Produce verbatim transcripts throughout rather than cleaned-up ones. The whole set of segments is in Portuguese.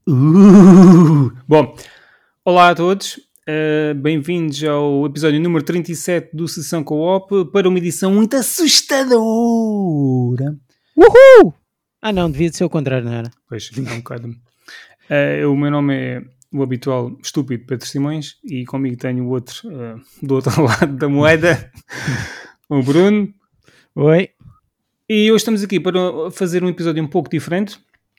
Uh, bom, olá a todos, uh, bem-vindos ao episódio número trinta e sete do Sessão Co-op para uma edição muito assustadora. Uhul! Ah não, devia ser o contrário, não era? Pois, é um bocado. Uh, o meu nome é o habitual estúpido Pedro Simões e comigo tenho o outro, uh, do outro lado da moeda, o Bruno. Oi. E hoje estamos aqui para fazer um episódio um pouco diferente.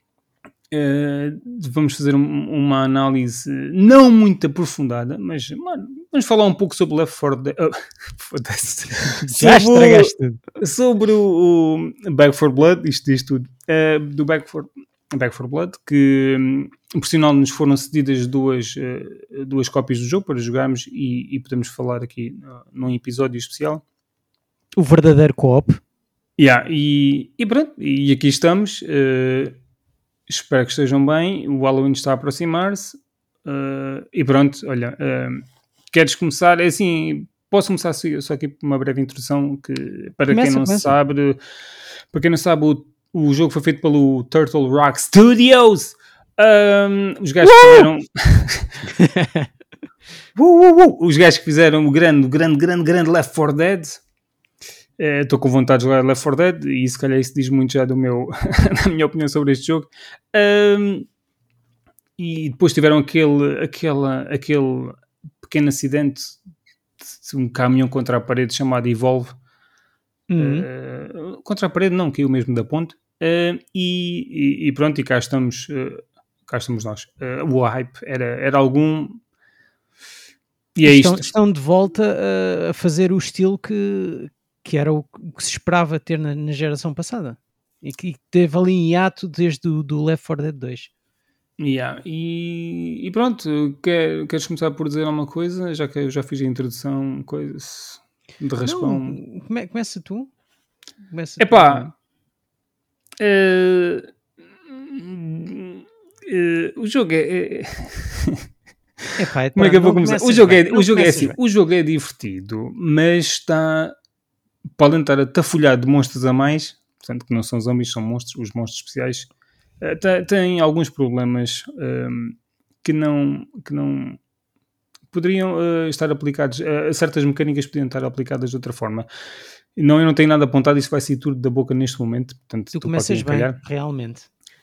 Uh, vamos fazer um, uma análise não muito aprofundada, mas mano, vamos falar um pouco sobre Left four Dead. Oh, Já estragaste tudo. Sobre o, o Back four Blood, isto diz tudo, uh, do Back four, Back four Blood, que um, por sinal nos foram cedidas duas, uh, duas cópias do jogo para jogarmos e, e podemos falar aqui uh, num episódio especial. O verdadeiro co-op. Yeah, e, e pronto, e aqui estamos. Uh, Espero que estejam bem. O Halloween está a aproximar-se. Uh, e pronto, olha, uh, queres começar? É assim, posso começar só aqui por uma breve introdução que, para Começa, quem não começa. sabe, para quem não sabe, o, o jogo foi feito pelo Turtle Rock Studios. Um, os gajos uh! que fizeram uh, uh, uh, os gajos que fizeram o grande, grande, grande, grande Left four Dead. Estou uh, com vontade de jogar Left four Dead e se calhar isso diz muito já do meu, da minha opinião sobre este jogo. Um, e depois tiveram aquele, aquela, aquele pequeno acidente de um caminhão contra a parede chamado Evolve. Uhum. Uh, contra a parede não, caiu mesmo da ponte. Uh, e, e, e pronto, e cá estamos, uh, cá estamos nós. Uh, o hype era, era algum... E é estão, isto. Estão de volta a, a fazer o estilo que... que era o que se esperava ter na, na geração passada e que teve ali em hiato desde o do Left four Dead dois. Yeah. E, e pronto, quer, queres começar por dizer alguma coisa? Já que eu já fiz a introdução, coisas de raspão. Não, come, começa tu. Começa Epá, tu, uh, uh, o jogo é... é... Epá, é Como é que eu vou começar? O jogo, bem, é, o jogo é assim, bem. O jogo é divertido, mas está... Podem estar atafolhado de monstros a mais, portanto que não são zombies, são monstros, os monstros especiais, uh, têm alguns problemas um, que não, que não poderiam uh, estar aplicados, uh, certas mecânicas poderiam estar aplicadas de outra forma. Não, eu não tenho nada apontado, isso vai sair tudo da boca neste momento, portanto tu, tu começas bem, calhar. Realmente.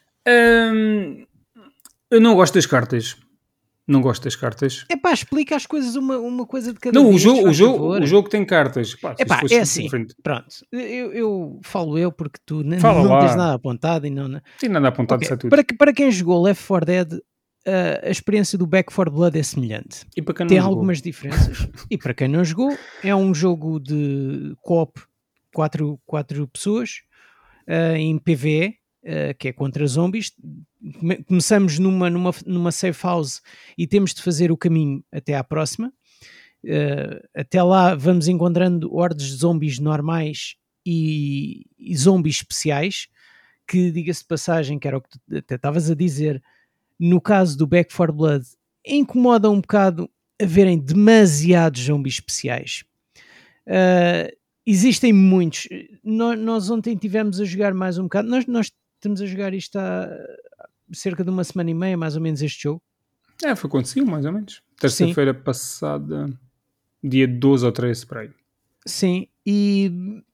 Um, eu não gosto das cartas. Não gosto das cartas. É pá, explica as coisas uma, uma coisa de cada não, vez. O jogo, o, jogo, o jogo tem cartas. Pá, é pá, é assim. Pronto, eu, eu falo eu porque tu Fala não lá. tens nada apontado. E não, não... Tem nada apontado, okay. isso é tudo. Para, para quem jogou Left four Dead, uh, a experiência do Back four Blood é semelhante. E para quem não tem jogou? Algumas diferenças. E para quem não jogou, é um jogo de co-op, quatro, quatro pessoas, uh, em P V E. Uh, que é contra zombies. Começamos numa, numa, numa safe house e temos de fazer o caminho até à próxima. Uh, até lá vamos encontrando hordes de zombies normais e, e zombies especiais, que, diga-se de passagem, que era o que tu até estavas a dizer, no caso do Back four Blood, incomoda um bocado haverem demasiados zombies especiais. Uh, existem muitos. Nós, nós ontem tivemos a jogar mais um bocado. Nós, nós estamos a jogar isto há cerca de uma semana e meia, mais ou menos, este jogo. É, foi acontecido, mais ou menos. Terça-feira passada, dia doze ou treze, para aí. Sim, e,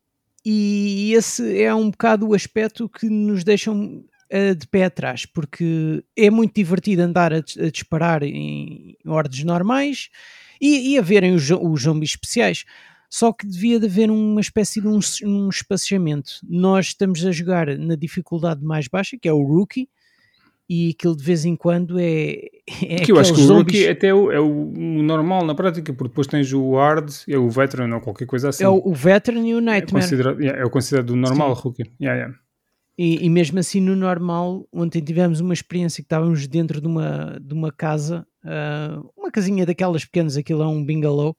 e esse é um bocado o aspecto que nos deixam uh, de pé atrás, porque é muito divertido andar a, a disparar em ordens normais e, e a verem os, os zombies especiais. Só que devia de haver uma espécie de um, um espaçamento. Nós estamos a jogar na dificuldade mais baixa, que é o Rookie, e aquilo de vez em quando é... é que eu acho que o zombies... Rookie até é o, é o normal na prática, porque depois tens o Hard, é o Veteran ou qualquer coisa assim. É o, o Veteran e o Nightmare. É considerado, é o considerado o normal Sim. Rookie. Yeah, yeah. E, e mesmo assim no normal, ontem tivemos uma experiência que estávamos dentro de uma, de uma casa, uh, uma casinha daquelas pequenas, aquilo é um bungalow,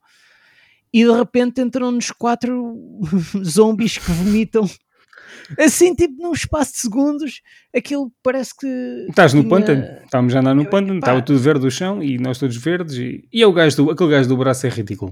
e de repente entram-nos quatro zombies que vomitam assim, tipo, num espaço de segundos. Aquilo parece que... Estás no tinha... pântano, estávamos a andar no pântano, estava tudo verde do chão e nós todos verdes e, e é o gajo do, aquele gajo do braço é ridículo.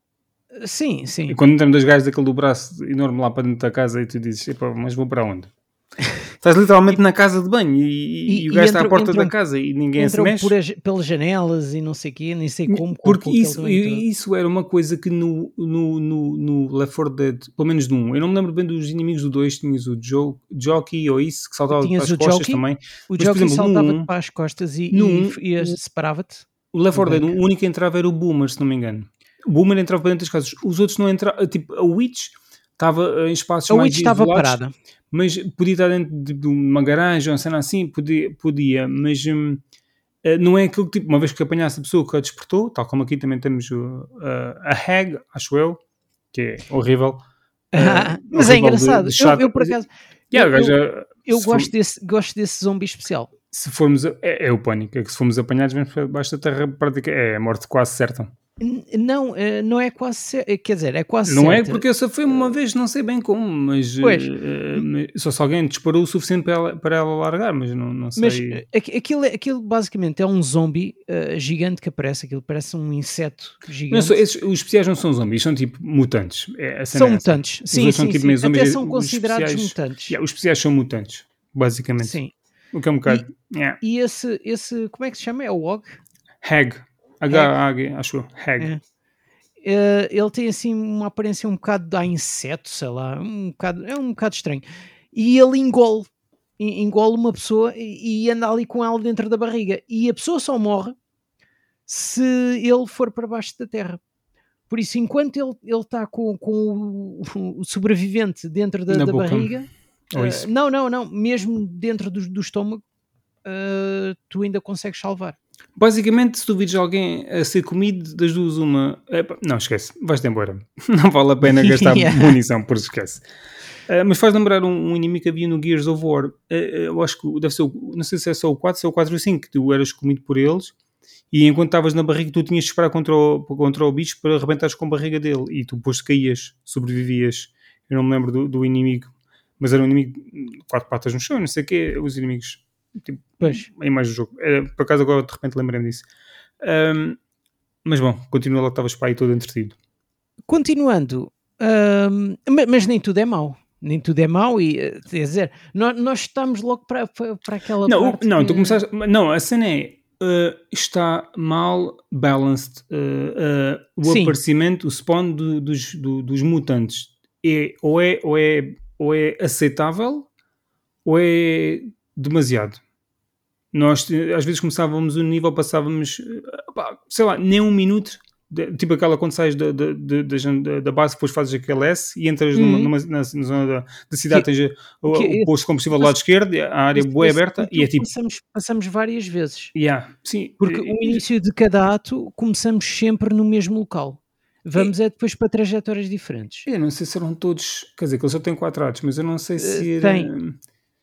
Sim, sim. E quando entramos dois gajos daquele do braço enorme lá para dentro da casa e tu dizes, mas vou para onde? estás literalmente e, na casa de banho e, e, e o gajo está à porta entram, da casa e ninguém se mexe. Por as, pelas janelas e não sei o quê, nem sei como. Porque como, isso, isso era uma coisa que no, no, no, no Left four Dead, pelo menos no um, eu não me lembro bem dos inimigos do dois, tinhas o jo, Jockey ou isso, que saltava para as costas jockey, também. O mas, Jockey saltava-te para as costas e, e, e separava-te. O Left four Dead, o único que entrava era o Boomer, se não me engano. O Boomer entrava para dentro das casas. Os outros não entravam. Tipo, a Witch estava em espaços a mais Witch estava parada. Mas podia estar dentro de, de uma garagem ou uma cena assim, podia, podia mas hum, não é aquilo que, tipo, uma vez que apanhasse a pessoa que a despertou, tal como aqui também temos uh, a Hag, acho eu, que é horrível. Uh, mas horrível é engraçado. De, de eu, eu, por acaso, yeah, eu, já, eu, eu gosto, for, desse, gosto desse zombie especial. Se formos, a, é, é o pânico, é que se formos apanhados mesmo para baixo da terra, prática, é a morte quase certa. Não, não é quase certo, quer dizer, é quase não certa. É porque eu só fui uma vez, não sei bem como, mas pois. Uh, só se alguém disparou o suficiente para ela, para ela largar, mas não, não sei. Mas aquilo, aquilo basicamente é um zombie uh, gigante que aparece, aquilo parece um inseto gigante. Não, só, esses, os especiais não são zombies, são tipo mutantes. É, são mutantes, sim, sim, são, tipo, sim. Zombies, até são considerados especiais, mutantes. Yeah, os especiais são mutantes, basicamente. Sim. O que é um bocado... E, yeah. e esse, esse, como é que se chama? É o Hog? Hag. H-A-G, acho eu. Hag. É. Uh, ele tem assim uma aparência um bocado de inseto, sei lá, um bocado, é um bocado estranho. E ele engole, engole uma pessoa e, e anda ali com ela dentro da barriga. E a pessoa só morre se ele for para baixo da terra. Por isso, enquanto ele está com, com o, o sobrevivente dentro da, da barriga, uh, não, não, não, mesmo dentro do, do estômago, uh, tu ainda consegues salvar. Basicamente, se tu vires alguém a ser comido, das duas uma... Epa, não, esquece, vais-te embora. Não vale a pena gastar yeah. munição, por isso esquece. Uh, mas faz lembrar um, um inimigo que havia no Gears of War. Uh, eu acho que deve ser, o, não sei se é só o quatro, se é o quatro ou cinco, que tu eras comido por eles e enquanto estavas na barriga tu tinhas de esperar contra o, contra o bicho para arrebentares com a barriga dele e tu depois caías, sobrevivias. Eu não me lembro do, do inimigo, mas era um inimigo quatro patas no chão, não sei o quê, os inimigos... Tipo, pois. Em mais do jogo. É, por acaso agora de repente lembrei-me disso. Um, mas bom, continua lá que estavas para aí todo entretido. Continuando, um, mas nem tudo é mau. Nem tudo é mau e, quer dizer, nós, nós estamos logo para, para, para aquela não, parte Não, que... tu começaste... Não, a cena é... Uh, está mal balanced uh, uh, o Sim. aparecimento, o spawn do, dos, do, dos mutantes. É, ou, é, ou, é, ou é aceitável ou é demasiado. Nós às vezes começávamos o nível, passávamos, sei lá, nem um minuto, de, tipo aquela quando sais da, da, da, da base, depois fazes aquele S e entras uhum. numa, numa, na, na zona da, da cidade, que, tens o, que, o posto de combustível ao lado esquerdo, a área boa aberta e é tipo... Passamos, passamos várias vezes. Yeah, sim. Porque o início de cada ato começamos sempre no mesmo local. Vamos é, é depois para trajetórias diferentes. Eu não sei se eram todos, quer dizer, que eles só têm quatro atos, mas eu não sei se uh, era... Tem.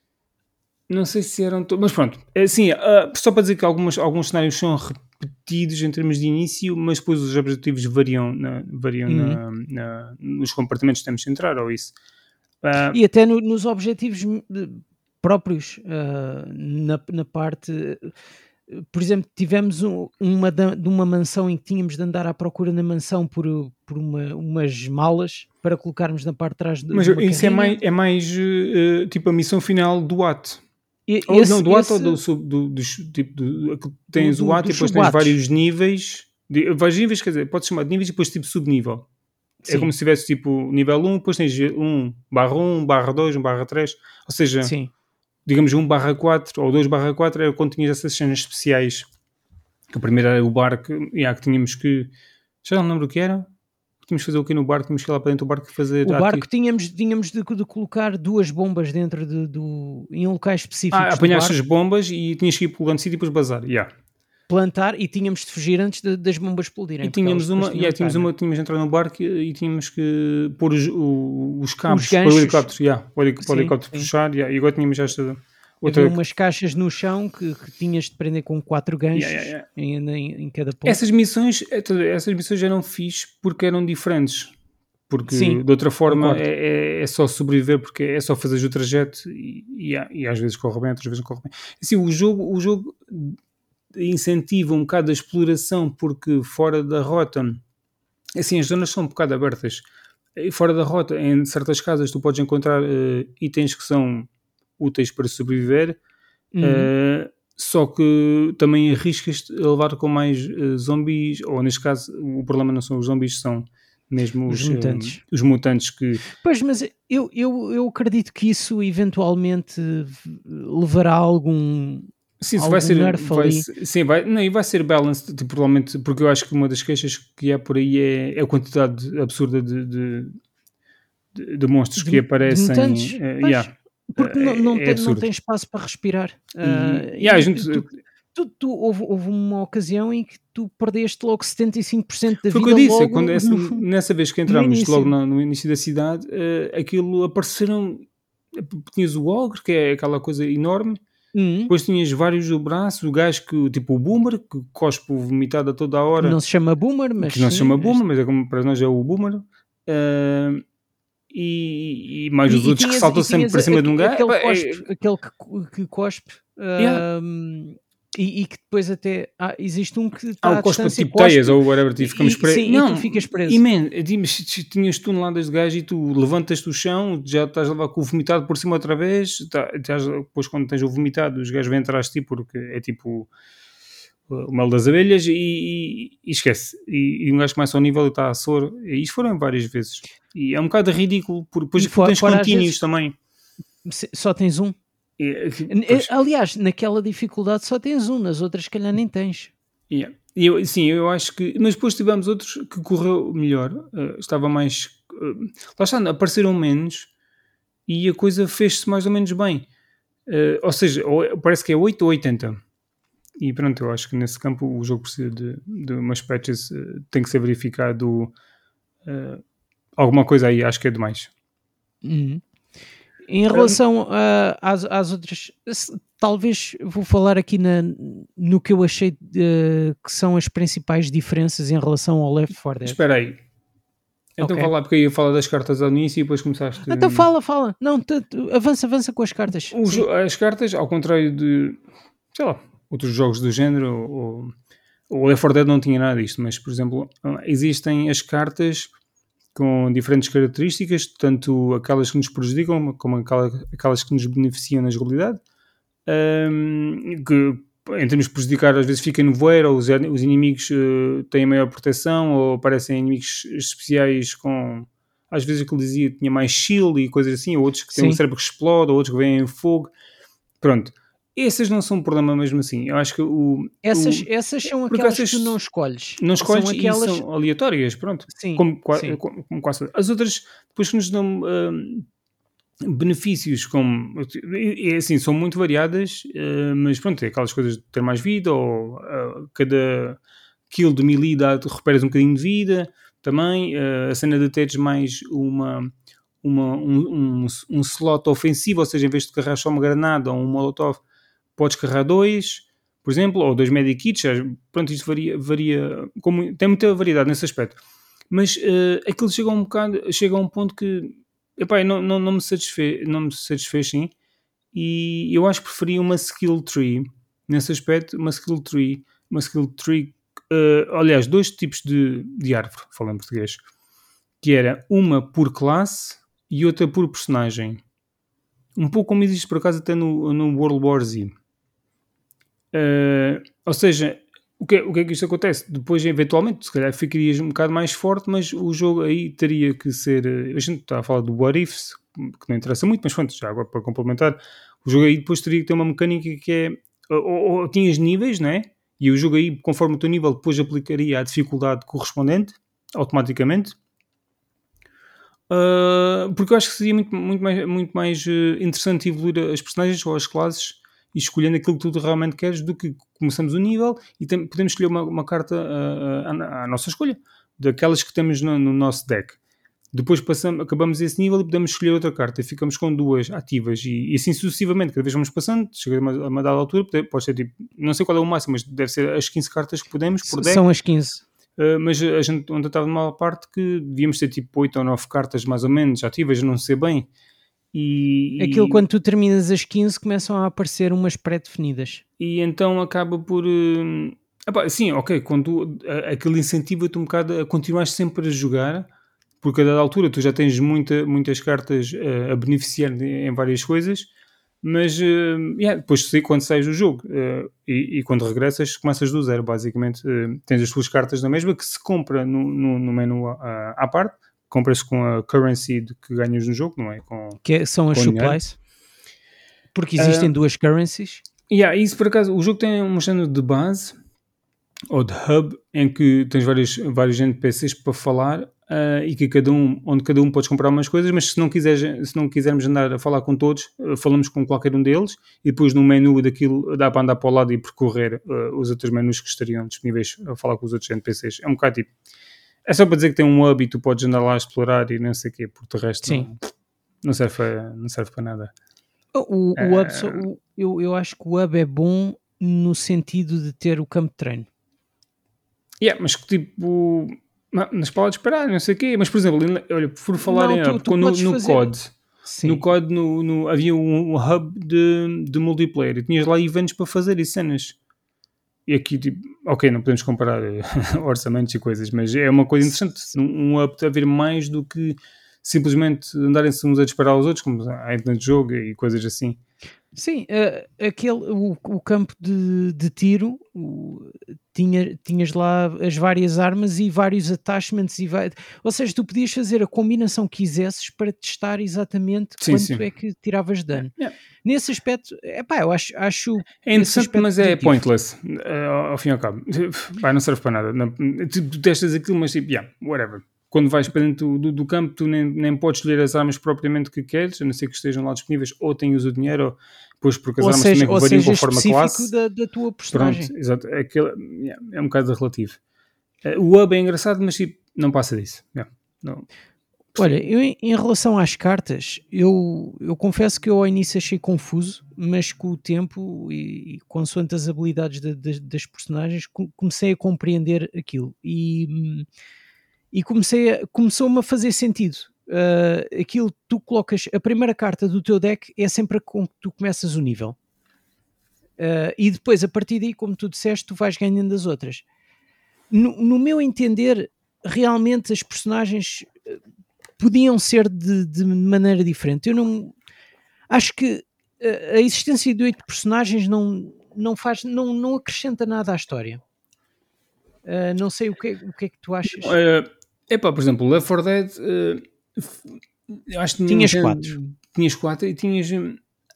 Não sei se eram todos, mas pronto, assim, uh, só para dizer que algumas, alguns cenários são repetidos em termos de início, mas depois os objetivos variam, na, variam uhum. na, na, nos compartimentos que temos de entrar, ou isso. Uh, e até no, nos objetivos próprios, uh, na, na parte... Por exemplo, tivemos um, uma, de uma mansão em que tínhamos de andar à procura na mansão por, por uma, umas malas para colocarmos na parte de trás de, mas de uma isso é mais, é mais uh, tipo a missão final do ato. E, ou, esse, não, do esse, ato ou do, do, do, tipo, do, do tens do, o ato do e depois tens vários níveis. De, vários níveis, quer dizer, podes chamar de níveis e depois tipo subnível. Sim. É como se tivesse tipo nível um, depois tens um barra um, barra dois, um barra três. Ou seja, Sim. digamos um barra quatro ou dois barra quatro era quando tinhas essas cenas especiais. Que o primeiro era o barco, yeah, que tínhamos que... Já não lembro o que era. Tínhamos que fazer o que no barco? Tínhamos que ir lá para dentro do barco e fazer... O barco tínhamos, tínhamos de, de colocar duas bombas dentro de, do, em locais específicos. Ah, apanhaste as bombas e tinhas que ir pulando sítio e depois bazar. Yeah. Plantar e tínhamos de fugir antes de, das bombas explodirem. E tínhamos uma, yeah, tínhamos uma, tínhamos de entrar no barco e, e tínhamos que pôr os, o, os cabos os para o helicóptero. Yeah, para o helicóptero puxar. Yeah, e agora tínhamos esta... Outra... Havia umas caixas no chão que, que tinhas de prender com quatro ganchos yeah, yeah, yeah. Em, em, em cada ponto. Essas missões, essas missões eram fixe porque eram diferentes. Porque Sim, de outra forma é, é, é só sobreviver, porque é só fazer o trajeto e, e, e às vezes corre bem, outras vezes não corre bem. Assim, o jogo, o jogo incentiva um bocado a exploração porque fora da rota, assim, as zonas são um bocado abertas. E fora da rota, em certas casas tu podes encontrar uh, itens que são úteis para sobreviver, Uhum. uh, só que também arriscas a levar com mais uh, zombies, ou neste caso o problema não são os zombies, são mesmo Os os, uh, mutantes. os mutantes que... Pois, mas eu, eu, eu acredito que isso eventualmente v- levará a algum, Sim, isso algum vai ser, nerf vai, ali. ser- sim, vai, não, e vai ser balanced, tipo, provavelmente, porque eu acho que uma das queixas que há por aí é, é a quantidade absurda de, de, de, de monstros que De, de aparecem, mutantes. uh, Pois, yeah, uh, porque não, não, é, é tem, não absurdo. tem espaço para respirar. E, Ah, e há e gente, tu, tu, tu- houve, houve uma ocasião em que tu perdeste logo setenta e cinco por cento da foi o que eu vida disse, é quando logo essa, no, nessa vez que no entramos logo início. no, no início da cidade, uh, aquilo apareceram, tinhas o ogre, que é aquela coisa enorme, Hum, depois tinhas vários do braço, o gajo que, tipo o boomer, que cospe o vomitado a toda a que hora, não se chama Boomer, mas que não se sim. chama boomer, mas é como para nós é o boomer, uh, e, e mais os E, e outros que tinhas, saltam e sempre tinhas para cima de um aque- gajo. aquele Epá, cospe, é, aquele que, que cospe, yeah. ahm, e, e que depois até ah, existe um que Há está o à cospa distância, tipo teias cospe, ou whatever, tipo, ficamos e, e- presos. sim, e tu Não, ficas preso. imen, tinhas toneladas de gás e tu levantas-te do chão, já estás a levar com o vomitado por cima outra vez. Tá, estás, depois, quando tens o vomitado, os gajos vêm atrás de ti porque é tipo o mel das abelhas e, e, e esquece. E, e um gajo começa ao nível e está a soro. E isto foram várias vezes. E é um bocado ridículo, porque depois E aquilo fora, tens fora às contínuos vezes também. se- só tens um. E, N- eh, pois, Aliás, naquela dificuldade só tens um, nas outras, se calhar, nem tens. yeah. E eu, sim, eu acho que. Mas depois tivemos outros que correu melhor. Uh, estava mais. Uh, lá está, apareceram menos e a coisa fez-se mais ou menos bem. Uh, ou seja, ou- parece que é oito ou oitenta. E pronto, eu acho que nesse campo o jogo precisa de, de umas patches. Uh, tem que ser verificado. Uh, alguma coisa aí, acho que é demais. Uhum. Em Um, relação a- às, às outras, se- talvez vou falar aqui na, no que eu achei eh, que são as principais diferenças em relação ao Left four Dead. espera aí. Então Ok. vá lá, porque aí eu falo das cartas ao início e depois começaste. Então fala, fala. Não, tu- tu- avança, avança com as cartas. O Sim. jo- as cartas, ao contrário de, sei lá, outros jogos do género, ou, o Left four Dead não tinha nada disto, mas, por exemplo, existem as cartas com diferentes características, tanto aquelas que nos prejudicam como aquelas, aquelas que nos beneficiam na jogabilidade, um, que em termos de prejudicar às vezes fica no voeiro, ou os, os inimigos uh, têm maior proteção, ou aparecem inimigos especiais com, às vezes aquilo dizia tinha mais shield e coisas assim, ou outros que têm um Sim. cérebro que explode, ou outros que vêm em fogo. Pronto, essas não são um problema mesmo assim. Eu acho que o. Essas, o essas são porque aquelas essas que tu não escolhes. não escolhes São e aquelas. são aleatórias, pronto. Sim, Como, qua- sim. como, como quase todas. As outras, depois que nos dão hum, benefícios, como. É assim, são muito variadas, uh, mas pronto, é aquelas coisas de ter mais vida, ou uh, cada kill de melee dá, recuperas um bocadinho de vida também. Uh, a cena de teres mais uma. Uma, um, um, um slot ofensivo, ou seja, em vez de carregar só uma granada ou um molotov, podes carregar dois, por exemplo, ou dois medikits. Pronto, isto varia, varia como, tem muita variedade nesse aspecto. Mas uh, aquilo chega a um bocado, chega a um ponto que epá, não, não, não me satisfez, não me satisfez sim, e eu acho que preferia uma skill tree nesse aspecto, uma skill tree, uma skill tree, uh, aliás, dois tipos de, de árvore, falando em português, que era uma por classe e outra por personagem. Um pouco como existe por acaso até no, no World War Z. Uh, ou seja, o que, o que é que isto acontece? Depois, eventualmente, se calhar ficarias um bocado mais forte, mas o jogo aí teria que ser. A gente está a falar do What Ifs, que não interessa muito, mas pronto, já agora para complementar, o jogo aí depois teria que ter uma mecânica que é. Ou, ou, ou tinhas níveis, né? E o jogo aí, conforme o teu nível, depois aplicaria a dificuldade correspondente, automaticamente. Uh, porque eu acho que seria muito, muito mais, muito mais uh, interessante evoluir as personagens ou as classes e escolhendo aquilo que tu realmente queres do que começamos o nível e tem, podemos escolher uma, uma carta uh, à, à nossa escolha, daquelas que temos no, no nosso deck. Depois passamos, acabamos esse nível e podemos escolher outra carta e ficamos com duas ativas e, e assim sucessivamente, cada vez vamos passando, chega a uma, a uma dada altura, pode, pode ser tipo, não sei qual é o máximo, mas deve ser as quinze cartas que podemos por deck. São as quinze. Uh, mas a gente onde estava de uma parte que devíamos ter tipo oito ou nove cartas mais ou menos ativas, não sei bem. E, Aquilo e, quando tu terminas as quinze começam a aparecer umas pré-definidas. E então acaba por. Uh, epá, sim, ok, quando tu, uh, aquele incentiva-te um bocado a continuar sempre a jogar, porque a dada altura tu já tens muita, muitas cartas uh, a beneficiar de, em várias coisas. Mas uh, yeah, depois sei quando sais do jogo uh, e, e quando regressas começas do zero, basicamente. Uh, tens as tuas cartas na mesma que se compra no, no, no menu uh, à parte, compras com a currency de que ganhas no jogo, não é? Com, que é, são as com supplies? Porque existem uh, duas currencies. Yeah, isso por acaso, o jogo tem um género de base ou de hub em que tens vários, vários N P Cs para falar uh, e que cada um, onde cada um podes comprar umas coisas, mas se não, quiseres, se não quisermos andar a falar com todos, uh, falamos com qualquer um deles e depois no menu daquilo dá para andar para o lado e percorrer uh, os outros menus que estariam disponíveis a falar com os outros N P Cs. É um bocado tipo, é só para dizer que tem um hub e tu podes andar lá a explorar e não sei o quê, porque de resto não, não, serve, não serve para nada. O, o hub, só, o, eu, eu acho que o hub é bom no sentido de ter o campo de treino. Yeah, mas que tipo, nas palavras esperar, não sei o quê. Mas por exemplo, olha, por falar não, em tu, hub, tu no, no fazer... C O D, Sim. no C O D no, no, havia um, um hub de, de multiplayer e tinhas lá eventos para fazer e cenas. E aqui, tipo, ok, não podemos comparar orçamentos e coisas, mas é uma coisa interessante. Um, um hub a vir mais do que simplesmente andarem-se uns a disparar aos outros, como a internet de jogo e coisas assim. Sim, uh, aquele, o, o campo de, de tiro, o, tinha, tinhas lá as várias armas e vários attachments, e vai, ou seja, tu podias fazer a combinação que quisesses para testar exatamente sim, quanto sim. é que tiravas dano. Yeah. Nesse aspecto, epá, eu acho, acho é interessante, mas positivo. É pointless, uh, ao fim e ao cabo. Pá, não serve para nada. Não, tu, tu testas aquilo, mas tipo, yeah, whatever. Quando vais para dentro do, do campo, tu nem, nem podes escolher as armas propriamente que queres, a não ser que estejam lá disponíveis, ou tenhas o dinheiro, ou depois porque as ou armas seja, também variam conforme a classe. Da, da tua personagem. Pronto, exato. É, aquele, yeah, é um bocado relativo. Uh, o hub é engraçado, mas tipo, não passa disso. Yeah, não. Olha, eu, em relação às cartas, eu, eu confesso que eu ao início achei confuso, mas com o tempo e, e consoante as habilidades de, de, das personagens, comecei a compreender aquilo. E... E comecei a, começou-me a fazer sentido. Uh, aquilo tu colocas, a primeira carta do teu deck é sempre a com que tu começas o nível. Uh, e depois, a partir daí, como tu disseste, tu vais ganhando as outras. No, no meu entender, realmente as personagens podiam ser de, de maneira diferente. Eu não... Acho que a existência de oito personagens não, não, faz, não, não acrescenta nada à história. Uh, não sei o que, o que é que tu achas. Uh, epá, por exemplo, Left four Dead uh, acho que tinhas tinha, quatro tinhas quatro e tinhas um,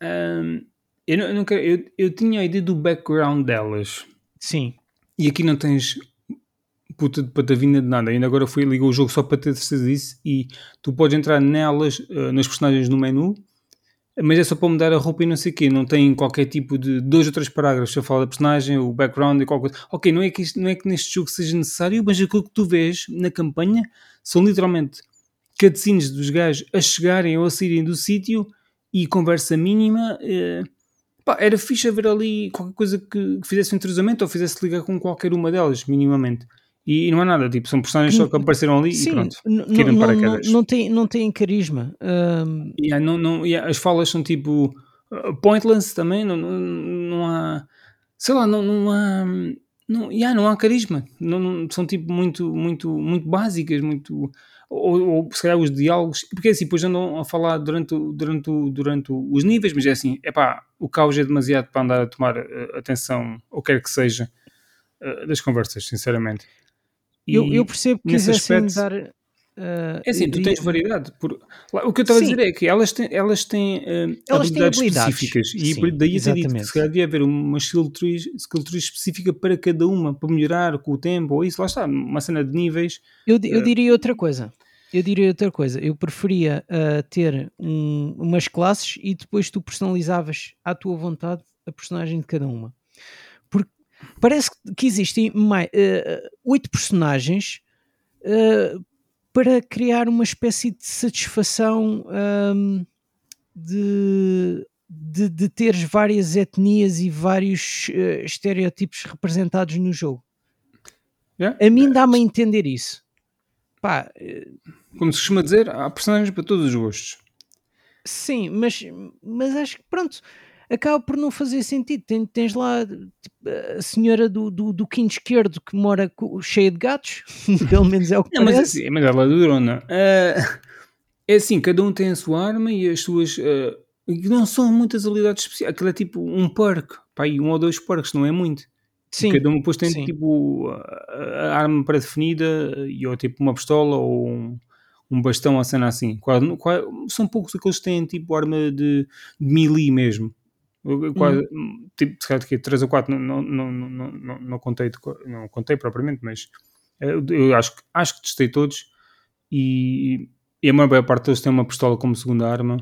eu, não, eu, não quero, eu, eu tinha a ideia do background delas, sim, e aqui não tens puta de patavina de nada. Ainda agora fui ligar o jogo só para ter certeza disso, e tu podes entrar nelas, uh, nas personagens no menu, mas é só para mudar a roupa e não sei o quê. Não tem qualquer tipo de dois ou três parágrafos a falar da personagem, o background e qualquer coisa. Ok, não é que, isto, não é que neste jogo seja necessário, mas aquilo que tu vês na campanha são literalmente cutscenes dos gajos a chegarem ou a saírem do sítio e conversa mínima. Eh, pá, era fixe haver ali qualquer coisa que, que fizesse um entrosamento ou fizesse ligar com qualquer uma delas, minimamente. E, e não há nada, tipo, são personagens só que apareceram ali. Sim, e pronto. N- não, não, não, tem, não tem carisma. Um... Yeah, não, não, yeah, as falas são tipo uh, pointless também, não, não, não há, sei lá, não, não há, não, yeah, não há carisma, não, não, são tipo muito, muito, muito básicas, muito, ou, ou se calhar os diálogos, porque assim, depois andam a falar durante, durante, durante os níveis, mas é assim, epá, o caos é demasiado para andar a tomar uh, atenção, ou quer que seja, uh, das conversas, sinceramente. E eu, eu percebo que quisessem aspecto, dar... Uh, é assim, tu tens variedade. Por... O que eu estava a dizer é que elas têm, elas têm, uh, elas habilidades, têm habilidades específicas. Sim, e daí eu ter dito que se calhar devia haver uma skill tree, skill tree específica para cada uma, para melhorar com o tempo, ou isso, lá está, uma cena de níveis. Eu, eu diria outra coisa. Eu diria outra coisa. Eu preferia uh, ter um, umas classes e depois tu personalizavas à tua vontade a personagem de cada uma. Porque parece que existem mais, uh, oito personagens uh, para criar uma espécie de satisfação um, de, de, de teres várias etnias e vários uh, estereótipos representados no jogo. Yeah. A mim dá-me a entender isso. Pá, como se costuma dizer, há personagens para todos os gostos. Sim, mas, mas acho que pronto, acaba por não fazer sentido. Tens, tens lá tipo, a senhora do, do, do quinto esquerdo que mora cheia de gatos, pelo menos é o que não, parece. Mas, é, mas ela é durona. Uh, é assim, cada um tem a sua arma e as suas uh, Não são muitas habilidades especiais. Aquilo é tipo um perk. Pá, e um ou dois perks, não é muito. Sim, Cada um depois tem sim. tipo a, a arma pré-definida e ou tipo uma pistola ou um, um bastão, a cena assim. Quase, quase, são poucos aqueles que têm tipo arma de, de melee mesmo. Quase, Uhum. tipo, se calhar que três ou quatro não, não, não, não, não, não, contei, não contei propriamente, mas eu, eu acho, acho que testei todos e, e a maior parte deles tem uma pistola como segunda arma.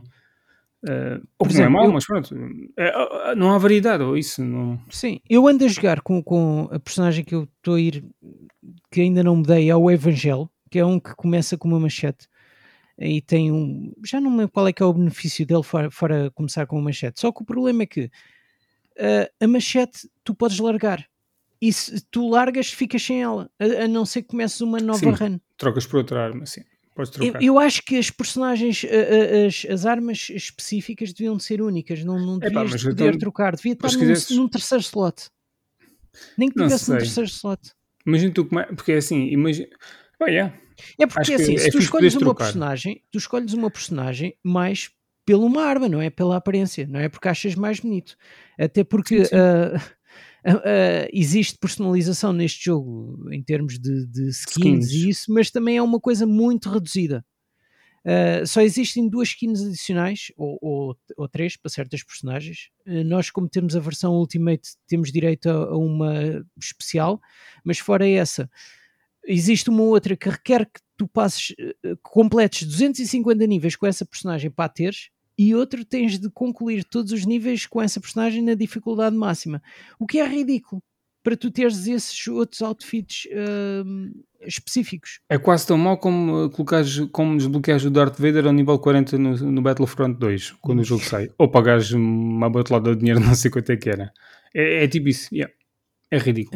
Uh, o que não é mau, eu, mas pronto, é, não há variedade, ou isso não. Sim, eu ando a jogar com, com a personagem que eu estou a ir, que ainda não mudei, é o Evangel, que é um que começa com uma machete e tem um. Já não me lembro qual é que é o benefício dele fora, fora começar com uma machete. Só que o problema é que uh, a machete tu podes largar. E se tu largas, ficas sem ela, a, a não ser que comeces uma nova Sim, run. trocas por outra arma, sim. Podes Eu, trocar. eu acho que as personagens, as, as armas específicas deviam ser únicas, não, não Epá, devias mas de poder então, trocar, devia estar se num, quisesses, num terceiro slot. Nem que não tivesse num sei. terceiro slot. Imagina tu como é, porque é assim, imagina. Oh, yeah. É porque Acho que assim, se é tu fixe escolhes poderes uma trocar. personagem, tu escolhes uma personagem mais pela uma arma, não é pela aparência, não é porque achas mais bonito. Até Sim, porque sim. uh, uh, uh, existe personalização neste jogo em termos de, de skins Skins. e isso, mas também é uma coisa muito reduzida. Uh, só existem duas skins adicionais, ou, ou, ou três, para certas personagens. Uh, nós, como temos a versão Ultimate, temos direito a, a uma especial, mas fora essa, existe uma outra que requer que tu passes, uh, completes duzentos e cinquenta níveis com essa personagem para a teres, e outro tens de concluir todos os níveis com essa personagem na dificuldade máxima. O que é ridículo, para tu teres esses outros outfits uh, específicos. É quase tão mau como, colocares, como desbloqueares o Darth Vader ao nível quarenta no, no Battlefront dois, quando o jogo sai. Ou pagares uma batelada de dinheiro, não sei quanto é que era. É, é tipo isso, yeah. É ridículo.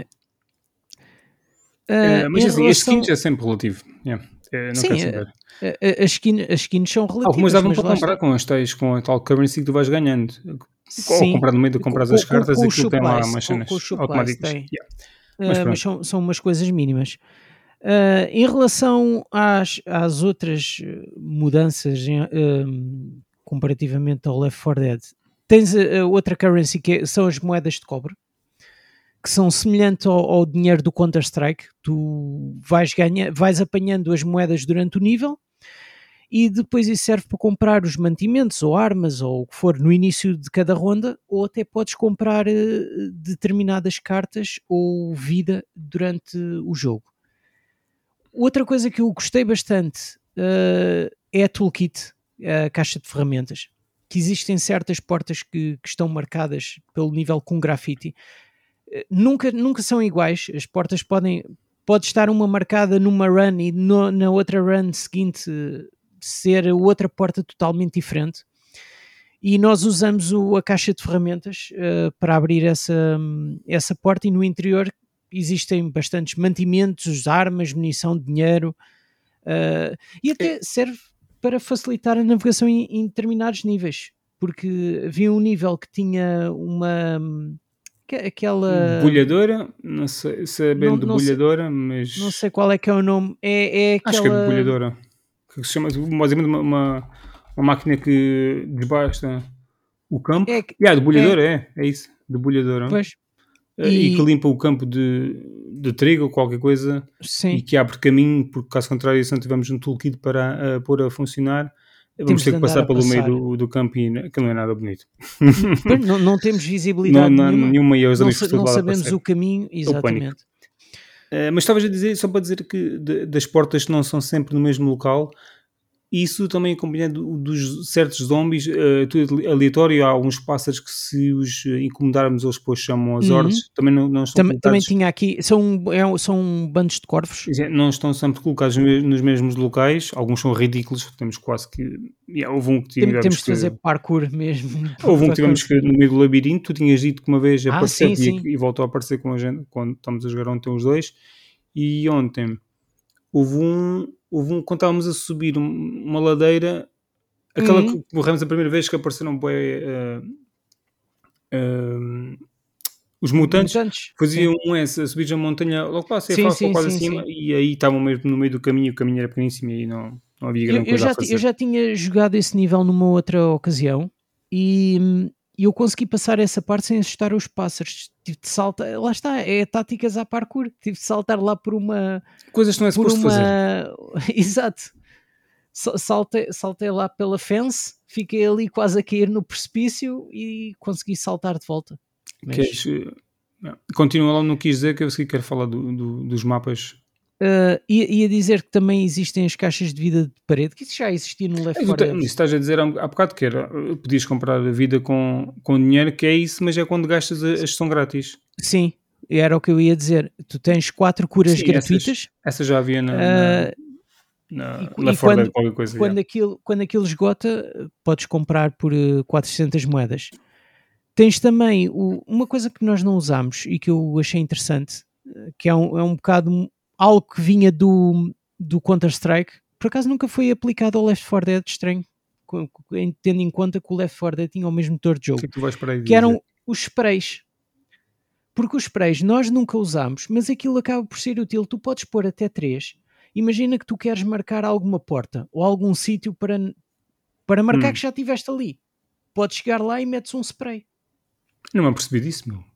Uh, É, mas em assim, as skins relação. é sempre relativo. Yeah. É, não quero Sim, saber. a, a, as, skin, as skins são Algumas relativas, davam mas para lá comprar está. com as tais, com a tal currency que tu vais ganhando. Ou Sim, comprar no meio de com, comprar as com, cartas, com os aquilo tem lá supplies, umas com, com cenas os supplies automáticas. tem, Yeah. Mas uh, mas pronto. são, são umas coisas mínimas. Uh, em relação às, às outras mudanças em, um, comparativamente ao Left four Dead, tens a, a outra currency que é, são as moedas de cobre, que são semelhantes ao, ao dinheiro do Counter-Strike. Tu vais, ganha, vais apanhando as moedas durante o nível e depois isso serve para comprar os mantimentos ou armas ou o que for no início de cada ronda, ou até podes comprar uh, determinadas cartas ou vida durante o jogo. Outra coisa que eu gostei bastante uh, é a toolkit, a caixa de ferramentas, que existem certas portas que, que estão marcadas pelo nível com grafite. Uh, nunca, nunca são iguais, as portas podem, pode estar uma marcada numa run e no, na outra run seguinte uh, ser outra porta totalmente diferente. E nós usamos o, a caixa de ferramentas uh, para abrir essa, essa porta, e no interior existem bastantes mantimentos, armas, munição, dinheiro, uh, e até serve para facilitar a navegação em, em determinados níveis, porque havia um nível que tinha uma aquela Debulhadora, não sei se é bem não, não, sei, debulhadora, não mas sei qual é que é o nome, é, é acho que é aquela debulhadora. Que se chama basicamente uma, uma, uma máquina que desbasta o campo. é, E yeah, é debulhadora, é, é isso, debulhadora. pois, Uh, e que e limpa o campo de, de trigo ou qualquer coisa e sim, que abre caminho, porque caso contrário, se não tivermos um toolkit para uh, pôr a funcionar, vamos temos ter de que andar passar a pelo meio passar. do, do campo e aquilo não é nada bonito. Pois, não, não temos não, visibilidade não, nenhuma, nenhuma e os não, amigos sa- por todo não lado a sabemos aparecer. o caminho, É o pânico. exatamente. Uh, mas estavas a dizer, só para dizer que de, das portas que não são sempre no mesmo local, isso também acompanhado dos certos zombies, uh, tudo aleatório. Há alguns pássaros que, se os incomodarmos, eles depois chamam as Uhum. hordes. Também não, não estão Tam- também colocados, tinha aqui, são, é- são bandos de corvos. não estão sempre colocados nos mesmos locais. Alguns são ridículos. Temos quase que. Yeah, houve um que Tem- tivemos temos de que. fazer parkour mesmo Houve um que para tivemos que, no conseguir. meio do labirinto, tu tinhas dito que uma vez Ah, apareceu sim, e, sim. e voltou a aparecer com a gente quando estamos a jogar ontem os dois. E ontem houve um, houve um quando estávamos a subir um- uma ladeira. Aquela Uhum. que morremos a primeira vez, que apareceram bué, uh, uh, os mutantes, Mutantes, sim. faziam um S a subir a montanha, logo lá, sei, Sim, fácil, sim, quase sim, acima, sim. e aí estavam mesmo no meio do caminho, o caminho era pequeníssimo e aí não, não havia Eu, grande eu coisa a já, ti- eu fazer. já tinha jogado esse nível numa outra ocasião. e, e eu consegui passar essa parte sem assustar os pássaros. Tive de saltar, lá está, é táticas à parkour. Tive de saltar lá por uma... Coisas que não é por suposto fazer. uma... Exato. Sa- Saltei, saltei lá pela fence, fiquei ali quase a cair no precipício e consegui saltar de volta. Mas, Queres, eh, não. Continua lá, não quis dizer que eu sei que quero falar do- do- dos mapas. uh, ia, ia dizer que também existem as caixas de vida de parede, que isso já existia no Left É, tu four te- Dead. isso estás a dizer há, um- há bocado que era, eh, podias comprar a vida com, com dinheiro, que é isso, mas é quando gastas a- as que são grátis. Sim, era o que eu ia dizer. Tu tens quatro curas Sim, gratuitas. essas, essas já havia na, na, uh, na e, cu- Left e four Dead, quando, qualquer coisa. quando, já. aquilo, quando aquilo esgota, podes comprar por uh, quatrocentas moedas. Tens também o- uma coisa que nós não usámos e que eu achei interessante, uh, que é um, é um bocado um- algo que vinha do, do Counter-Strike. Por acaso nunca foi aplicado ao Left four Dead, estranho, co- co- em- tendo em conta que o Left four Dead tinha o mesmo motor de O jogo, que é que tu vais para aí que dizer? eram os sprays. Porque os sprays nós nunca usámos, mas aquilo acaba por ser útil. Tu podes pôr até três. Imagina que tu queres marcar alguma porta ou algum sítio para, para marcar Hum, que já estiveste ali. Podes chegar lá e metes um spray. não me apercebi disso, meu.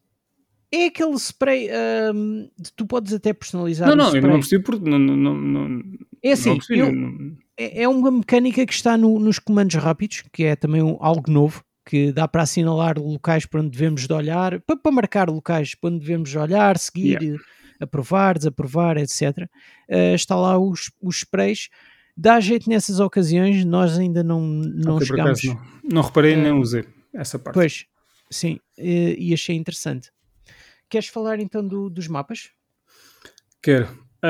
É aquele spray, hum, de- tu podes até personalizar Não, o não, eu não me spray. apercebi porque não, não, não, não, É não assim, apercebi, eu, não- não- é é uma mecânica que está no- nos comandos rápidos, que é também um- algo novo, que dá para assinalar locais para onde devemos de olhar, para, para marcar locais para onde devemos de olhar, seguir, yeah. eh, aprovar, desaprovar, etcétera. Eh, está lá os, os sprays. Dá jeito nessas ocasiões, nós ainda não, não Ok, por acaso chegámos. não. Não reparei nem eh, usei essa parte. Pois, sim, eh, e achei interessante. Queres falar então do- dos mapas? Quero.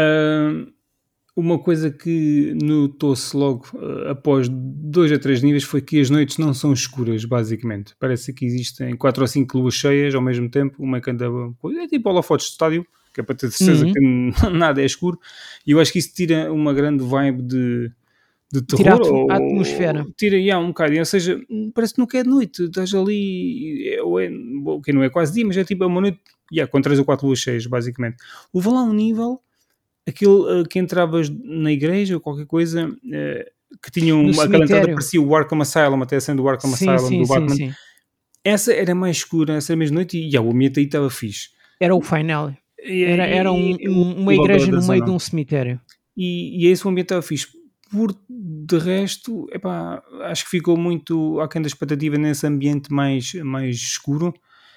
Ah, uma coisa que notou-se logo ah, após dois a três níveis foi que as noites não são escuras, basicamente. Parece que existem quatro ou cinco luas cheias ao mesmo tempo, uma que anda. É tipo holofotes de estádio, que é para ter certeza Uhum. que nada é escuro. E eu acho que isso tira uma grande vibe de, de Tira a terror. atmo- Ou, a atmosfera. tira yeah, um bocado. Ou seja, parece que não é de noite, estás ali. É, ou é, bom, que não é quase dia, mas é tipo uma noite. Yeah, com três ou quatro luas cheias, basicamente. Houve lá um nível, aquele uh, que entravas na igreja ou qualquer coisa, uh, que tinha No uma, aquela entrada que cemitério. parecia o Arkham Asylum, até sendo o Arkham Sim, Asylum sim, do sim, Batman. sim. Essa era mais escura, essa era mesma noite, e yeah, o ambiente aí estava fixe. Era o final. E, Era, era um- e- e- um- o uma nível da- igreja da no meio zona. de um cemitério. E, e esse o ambiente estava fixe. Por de resto, epá, acho que ficou muito aquém da expectativa nesse ambiente mais, mais escuro.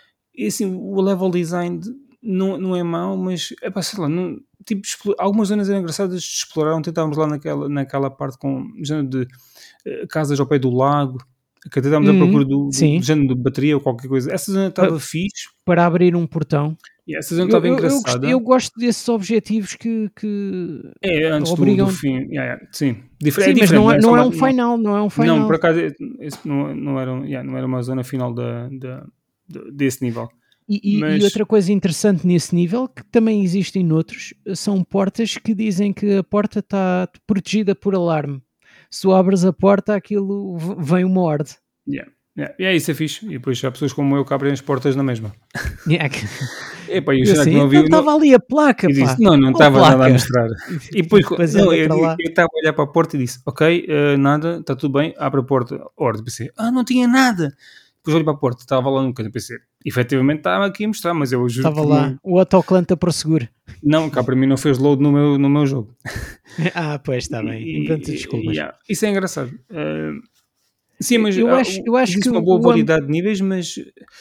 E assim, o level design de- não, não é mau, mas epá, sei lá, não, tipo, explo- algumas zonas eram engraçadas de explorar. Ontem estávamos lá naquela, naquela parte com género de eh, casas ao pé do lago, que até estávamos à Uhum, procura do, do, sim. do género de bateria ou qualquer coisa. Essa zona estava Pa- fixe, Para abrir um portão. e essa zona Eu, estava eu, eu, gosto, engraçada. eu gosto desses objetivos que, que É, antes do, do obrigam. fim, yeah, yeah, sim. Dif- é Sim, mas diferente, não não é, é só não é uma- um não- final, não é um Não, final. por acaso, esse não, não, era, yeah, não era uma zona final da, da, da- desse nível. E, e- Mas, e outra coisa interessante nesse nível, que também existem noutros, são portas que dizem que a porta está protegida por alarme. Se tu abres a porta, aquilo v- vem uma ordem. yeah, yeah, yeah, isso é fixe. E depois há pessoas como eu que abrem as portas na mesma. Yeah, que- Epá, e o eu Xanax sei, não então ouviu. estava ali a placa, E pá. disse: Não, não Qual estava nada a placa? mostrar. E depois, Depois não, anda eu para lá. eu estava a olhar para a porta e disse: Ok, eh, nada, está tudo bem, abre a porta. Ordem, pensei: Ah, não tinha nada. Depois olhei para a porta, estava lá no canto, pensei: Efetivamente estava aqui a mostrar, mas eu juro Estava que lá, não, o autoclante a prosseguir. não, cá para mim não fez load no meu, no meu jogo. Ah, pois está bem, E- inventa e- desculpas. yeah, isso é engraçado. Eh, sim, mas Eu ah, acho, o- eu acho existe que uma o, boa o am- variedade de níveis, mas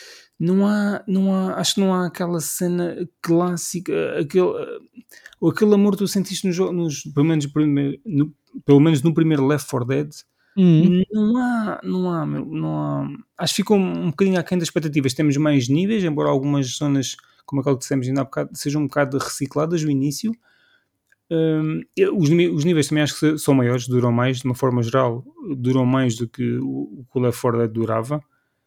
não há, não há, acho que não há aquela cena clássica, aquele, ah, ou aquele amor que tu sentiste nos, jo- nos pelo, menos, primeiro- no, pelo menos no primeiro Left four Dead. Uhum. Não há, não há, meu, não há. Acho que ficou um, um bocadinho aquém das expectativas. Temos mais níveis, embora algumas zonas, como aquela que dissemos ainda há bocado, sejam um bocado recicladas no início. Hum, eu- os, ni- os níveis também acho que são maiores, duram mais, de uma forma geral, duram mais do que o, o que o Left four Dead durava.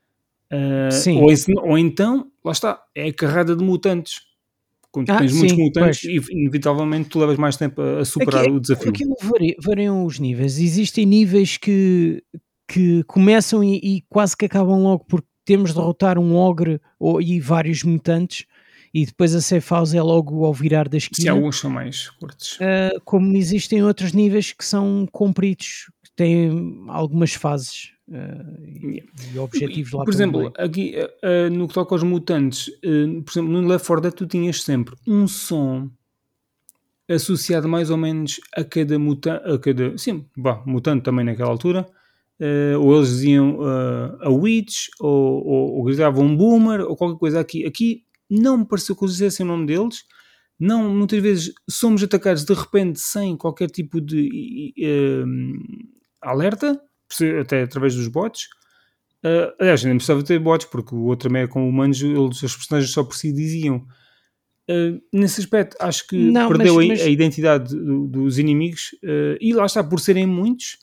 Uh, Sim. ou, esse- ou então, lá está, é a carrada de mutantes. Quando Ah, tens muitos sim, mutantes, pois. e inevitavelmente tu levas mais tempo a, a superar Aqui, o desafio. aquilo vari- variam os níveis. Existem níveis que, que começam e, e quase que acabam logo porque temos de derrotar um ogre ou, e vários mutantes, e depois a safe house é logo ao virar da Sim, esquina. alguns são mais curtos. Uh, como existem outros níveis que são compridos, que têm algumas fases. uh, e, e objetivos lá por exemplo, meio. aqui uh, no que toca aos mutantes, uh, por exemplo, no Left four Dead tu tinhas sempre um som associado mais ou menos a cada mutante, a cada, sim, bah, mutante também naquela altura, uh, ou eles diziam uh, a witch, ou, ou, ou gritavam um boomer, ou qualquer coisa aqui. Aqui não me pareceu que eles dissessem o nome deles, não, muitas vezes somos atacados de repente sem qualquer tipo de uh, alerta, até através dos bots. Uh, aliás, nem precisava ter bots, porque o outro também é com humanos, eles, os personagens só por si diziam. Uh, nesse aspecto, acho que não, perdeu mas, a, mas... a identidade do, dos inimigos, uh, e lá está, por serem muitos,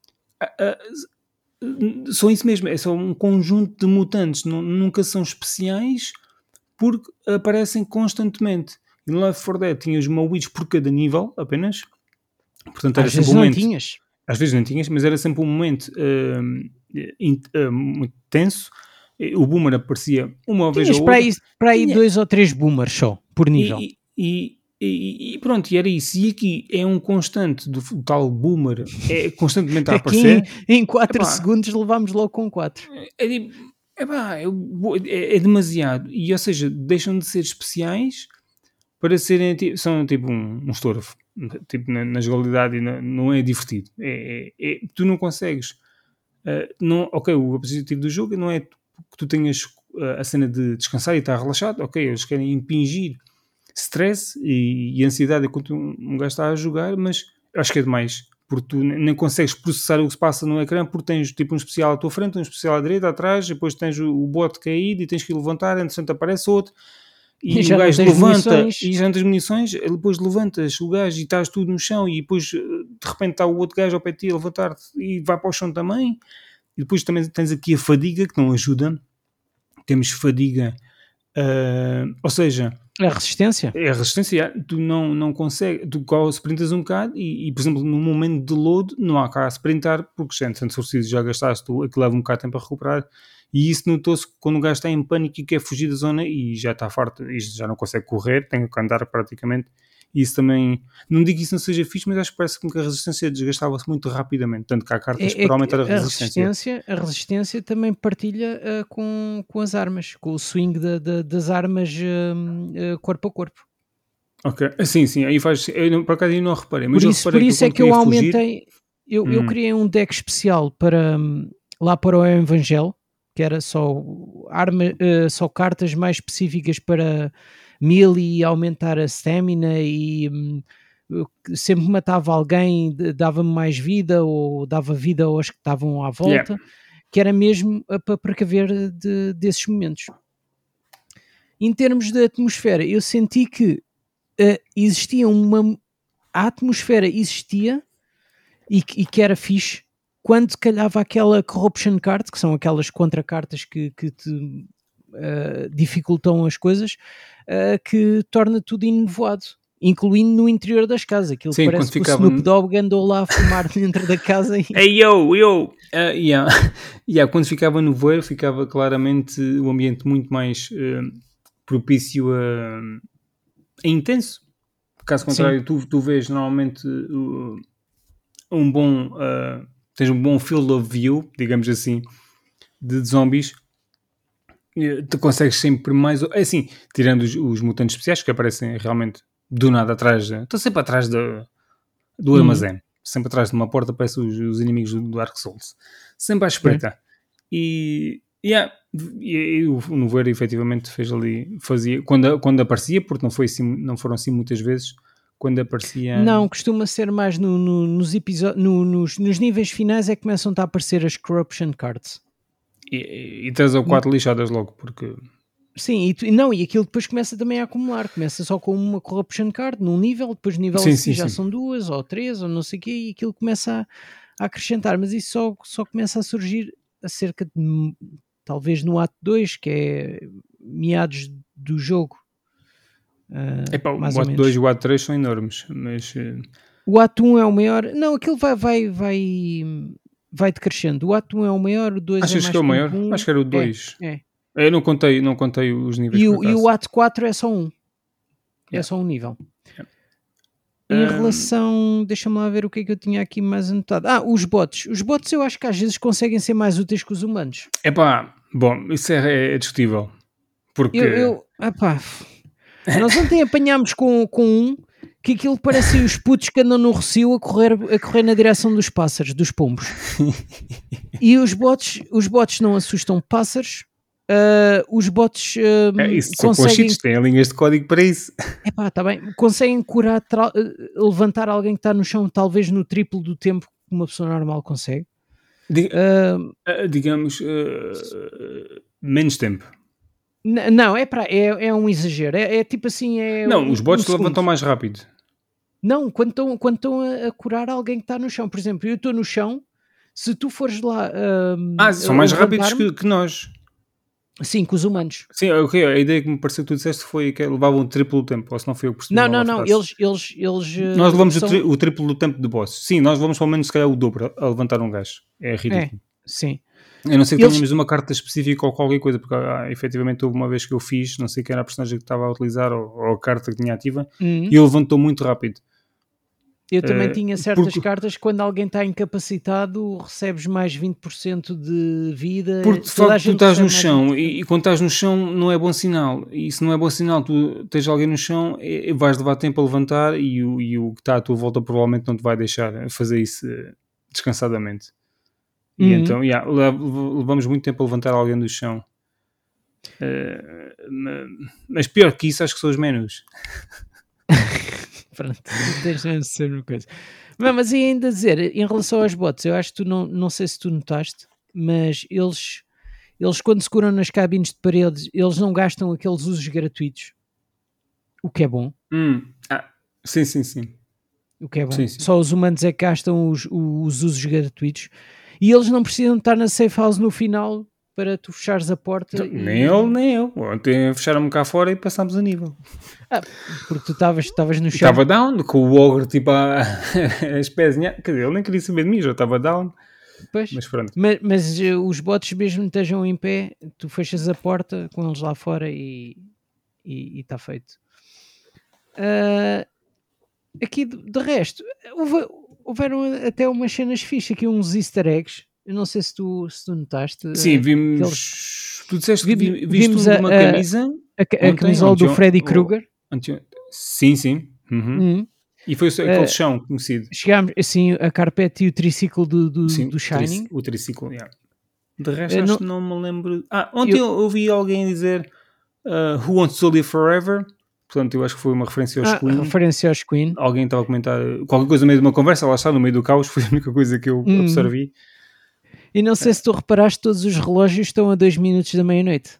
uh, uh, são isso mesmo, é só um conjunto de mutantes, não, nunca são especiais, porque aparecem constantemente. E no Left four Dead tinhas uma witch por cada nível, apenas. Portanto, era às sempre vezes um momento, não tinhas. Às vezes não tinhas, mas era sempre um momento uh, uh, muito tenso. O boomer aparecia uma tinhas vez ou para outra. aí, para aí Tinha... dois ou três boomers só, por nível. E, e, e, e pronto, e era isso. E aqui é um constante do tal boomer, é constantemente a aparecer. Aqui em quatro segundos levámos logo com quatro. É, é, é, é, é demasiado. E ou seja, deixam de ser especiais para serem, são tipo um, um estorvo. Tipo, na, na jogabilidade não é divertido. É, é, é, tu não consegues. Uh, não, ok, o objetivo do jogo não é que tu tenhas uh, a cena de descansar e estar relaxado. Ok, eles querem impingir stress e, e ansiedade enquanto um, um gajo está a jogar, mas eu acho que é demais. Porque tu nem consegues processar o que se passa no ecrã, porque tens tipo um especial à tua frente, um especial à direita, atrás, depois tens o, o bot caído e tens que levantar, entretanto aparece outro. E, e o gajo levanta munições. E já não tens munições, depois levantas o gajo e estás tudo no chão e depois de repente está o outro gajo ao pé de ti a levantar-te e vai para o chão também. E depois também tens aqui a fadiga que não ajuda. Temos fadiga, uh, ou seja... É a resistência. É a resistência, tu não, não consegues, tu sprintas um bocado e, e, por exemplo, no momento de load não há cá a sprintar porque já, tanto se já gastaste, tu, aquilo leva um bocado de tempo a recuperar. E isso notou-se quando o gajo está em pânico e quer fugir da zona e já está farto, e já não consegue correr, tem que andar praticamente. E isso também, não digo que isso não seja fixe, mas acho que parece que a resistência desgastava-se muito rapidamente, tanto que há cartas é, é para aumentar a resistência. A resistência, a resistência também partilha uh, com, com as armas, com o swing de, de, das armas uh, uh, corpo a corpo. Ok, sim, sim, aí faz, eu não, por acaso eu não reparei, mas por eu isso, reparei por isso que é que eu aumentei, fugir, eu, hum. eu criei um deck especial para, lá para o Evangel, que era só, arma, uh, só cartas mais específicas para melee e aumentar a stamina e um, sempre matava alguém, dava-me mais vida ou dava vida aos que estavam à volta, yeah. que era mesmo para precaver de, desses momentos. Em termos de atmosfera, eu senti que uh, existia uma... a atmosfera existia e, e que era fixe quando calhava aquela corruption card, que são aquelas contracartas que, que te uh, dificultam as coisas, uh, que torna tudo inevoado, incluindo no interior das casas. Aquilo Sim, parece que ficava... o Snoop Dogg andou lá a fumar dentro da casa. E... Hey, yo, yo! Uh, yeah. Yeah, quando ficava no voeiro, ficava claramente o ambiente muito mais uh, propício a, a intenso. Caso contrário, tu, tu vês normalmente uh, um bom... Uh, tens um bom field of view, digamos assim, de zombies. Tu consegues sempre mais... É assim, tirando os, os mutantes especiais que aparecem realmente do nada atrás... Estão sempre atrás do, do armazém. Uhum. Sempre atrás de uma porta aparecem os, os inimigos do Dark Souls. Sempre à espreita. Uhum. E... Yeah, e, e o Noveiro efetivamente fez ali... Fazia, quando, quando aparecia, porque não, foi assim, não foram assim muitas vezes... Quando aparecia... Não, costuma ser mais no, no, nos, episódios, no, nos, nos níveis finais é que começam a aparecer as Corruption Cards. E, e três ou quatro hum. lixadas logo, porque... Sim, e, não, e aquilo depois começa também a acumular. Começa só com uma Corruption Card num nível, depois no nível sim, sim, já sim. são duas ou três ou não sei o quê, e aquilo começa a, a acrescentar. Mas isso só, só começa a surgir a cerca de... talvez no ato dois, que é meados do jogo. Uh, Epá, o ato dois e o ato três são enormes, mas... Uh... O ato um é o maior... Não, aquilo vai, vai, vai, vai decrescendo. O ato um é o maior, o dois Achas é mais que é o maior? um. Acho que era o dois. É, é. Eu não contei, não contei os níveis. E o, e o ato quatro é só um. Yeah. É só um nível. Em Um, relação, deixa-me lá ver o que é que eu tinha aqui mais anotado. Ah, os bots. Os bots eu acho que às vezes conseguem ser mais úteis que os humanos. epá, bom, isso é, é discutível. Porque. Eu, eu, epá, nós ontem apanhámos com, com um que aquilo parecia os putos que andam no Rocio a correr, a correr na direção dos pássaros, dos pombos. E os bots, os bots não assustam pássaros. Uh, os bots uh, É, isso são conseguem, conscientes, têm linhas de código para isso. epá, tá bem, conseguem curar, tra- uh, levantar alguém que está no chão talvez no triplo do tempo que uma pessoa normal consegue. Di- Uh, uh, digamos, uh, menos tempo. n- não, é, pra, é, é um exagero. É, é tipo assim, é Não, um, os bots um levantam segundo. mais rápido. Não, quando estão, quando estão a, a curar alguém que está no chão. Por exemplo, eu estou no chão, se tu fores lá uh, Ah, são a mais rápidos levantar-me, que, que nós. sim, com os humanos. Sim, ok, a ideia que me pareceu que tu disseste foi que levavam o triplo do tempo, ou se não foi eu que percebi Não, mal não, a não, frase. eles, eles, eles Nós uh, levamos o, são... tri- o triplo do tempo de boss. Sim, nós levamos pelo menos se calhar o dobro a levantar um gajo. É É, ridículo. sim. Eu não sei que Eles... tenhamos uma carta específica ou qualquer coisa, porque ah, efetivamente houve uma vez que eu fiz, não sei quem era a personagem que estava a utilizar ou, ou a carta que tinha ativa, Uhum. e ele levantou muito rápido. Eu também Uh, tinha certas porque, cartas que quando alguém está incapacitado recebes mais vinte por cento de vida. porque de Toda a facto tu gente estás no recebe mais chão vinte por cento. e, e quando estás no chão não é bom sinal. E se não é bom sinal, tu tens alguém no chão, e, e vais levar tempo a levantar e o, e o que está à tua volta provavelmente não te vai deixar fazer isso uh, descansadamente. E Uhum. então, yeah, levamos muito tempo a levantar alguém do chão. Uh, mas pior que isso, acho que são os menus. Pronto, tens de ser uma coisa. Mas, mas e ainda dizer, em relação aos bots, eu acho que tu não, não sei se tu notaste, mas eles, eles quando se curam nas cabines de paredes, eles não gastam aqueles usos gratuitos. O que é bom. Hum. Ah, sim, sim, sim. O que é bom. Sim, sim. Só os humanos é que gastam os, os usos gratuitos. E eles não precisam estar na safe house no final para tu fechares a porta. Então, e... nem ele, nem eu. Ontem fecharam-me cá fora e passámos a nível. Ah, porque tu estavas no chão. Estava down, com o ogre tipo a, as pezinhas. Quer dizer, ele nem queria saber de mim, já estava down. Pois. Mas pronto. Mas, mas uh, os bots mesmo estejam em pé, tu fechas a porta com eles lá fora e está feito. Uh, aqui de, de resto, houve, houveram até umas cenas fixas aqui, uns easter eggs. Eu não sei se tu, se tu notaste. Sim, uh, vimos. aqueles... Tu disseste que Vimos, vi, viste vimos um a, de uma a, camisa. a, a, ontem, camisola do Freddy Krueger. Sim, sim. Uhum. Uhum. E foi aquele uh, chão conhecido. Chegámos, assim, a carpete e o triciclo do, do, sim, do Shining. O triciclo, yeah. De resto, uh, acho não, que não me lembro. Ah, ontem eu ouvi alguém dizer uh, Who Wants to Live Forever? Portanto, eu acho que foi uma referência aos ah, Queen. referência aos Queen. Alguém estava a comentar qualquer coisa no meio de uma conversa, lá está, no meio do caos, foi a única coisa que eu uhum. absorvi. E não sei uh, se tu reparaste, todos os relógios estão a dois minutos da meia-noite.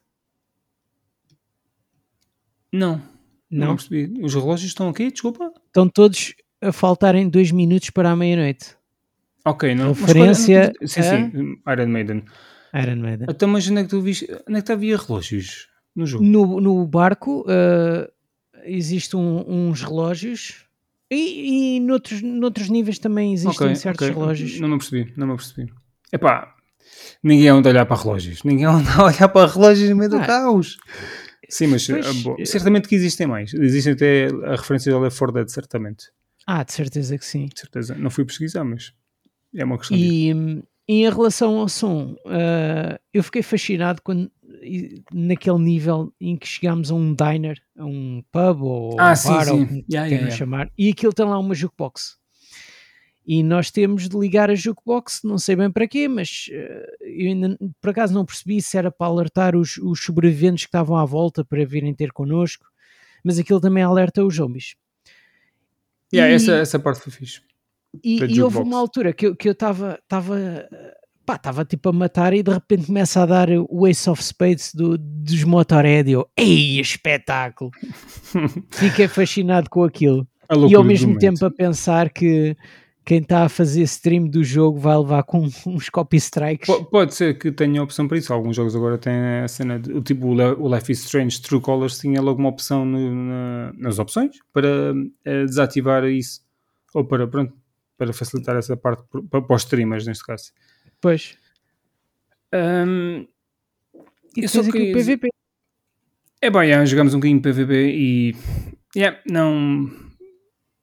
Não. Não? Não percebi. Os relógios estão aqui, desculpa? Estão todos a faltarem dois minutos para a meia-noite. Ok, não. Referência mas, sim, a... sim, Iron Maiden. Iron Maiden. Então, mas onde é que tu viste? Onde é que havia relógios no jogo? No, no barco uh, existem um, uns relógios e, e noutros, noutros níveis também existem okay, certos okay. relógios. Não me percebi, não me percebi. Epá, ninguém anda a olhar para relógios. Ninguém anda a olhar para relógios no meio ah, do caos. Sim, mas pois, bom, certamente que existem mais. Existem até a referência do Left four Dead, certamente. Ah, de certeza que sim. De certeza. Não fui pesquisar, mas é uma questão e, de... e em relação ao som, uh, eu fiquei fascinado quando, naquele nível em que chegámos a um diner, a um pub ou ah, um sim, bar, sim. ou como yeah, queiram yeah, yeah. chamar, e aquilo tem lá uma jukebox. E nós temos de ligar a jukebox, não sei bem para quê, mas uh, eu ainda por acaso não percebi se era para alertar os, os sobreviventes que estavam à volta para virem ter connosco, mas aquilo também alerta os zombies. Yeah, e, essa, essa parte foi fixe. E, e houve uma altura que eu que eu estava pá, estava tipo a matar e de repente começa a dar o Ace of Spades do, dos Motorhead e eu, ei, espetáculo! Fiquei fascinado com aquilo. E ao mesmo tempo a pensar que quem está a fazer stream do jogo vai levar com uns copy strikes. P- pode ser que tenha opção para isso. Alguns jogos agora têm a cena de, tipo o Life is Strange True Colors tinha logo uma opção no, na, nas opções para uh, desativar isso ou para, pronto, para facilitar essa parte para, para os streamers neste caso. Pois. Um, e depois aqui o P V P. É bem, yeah, jogamos um bocadinho de P V P e yeah, não...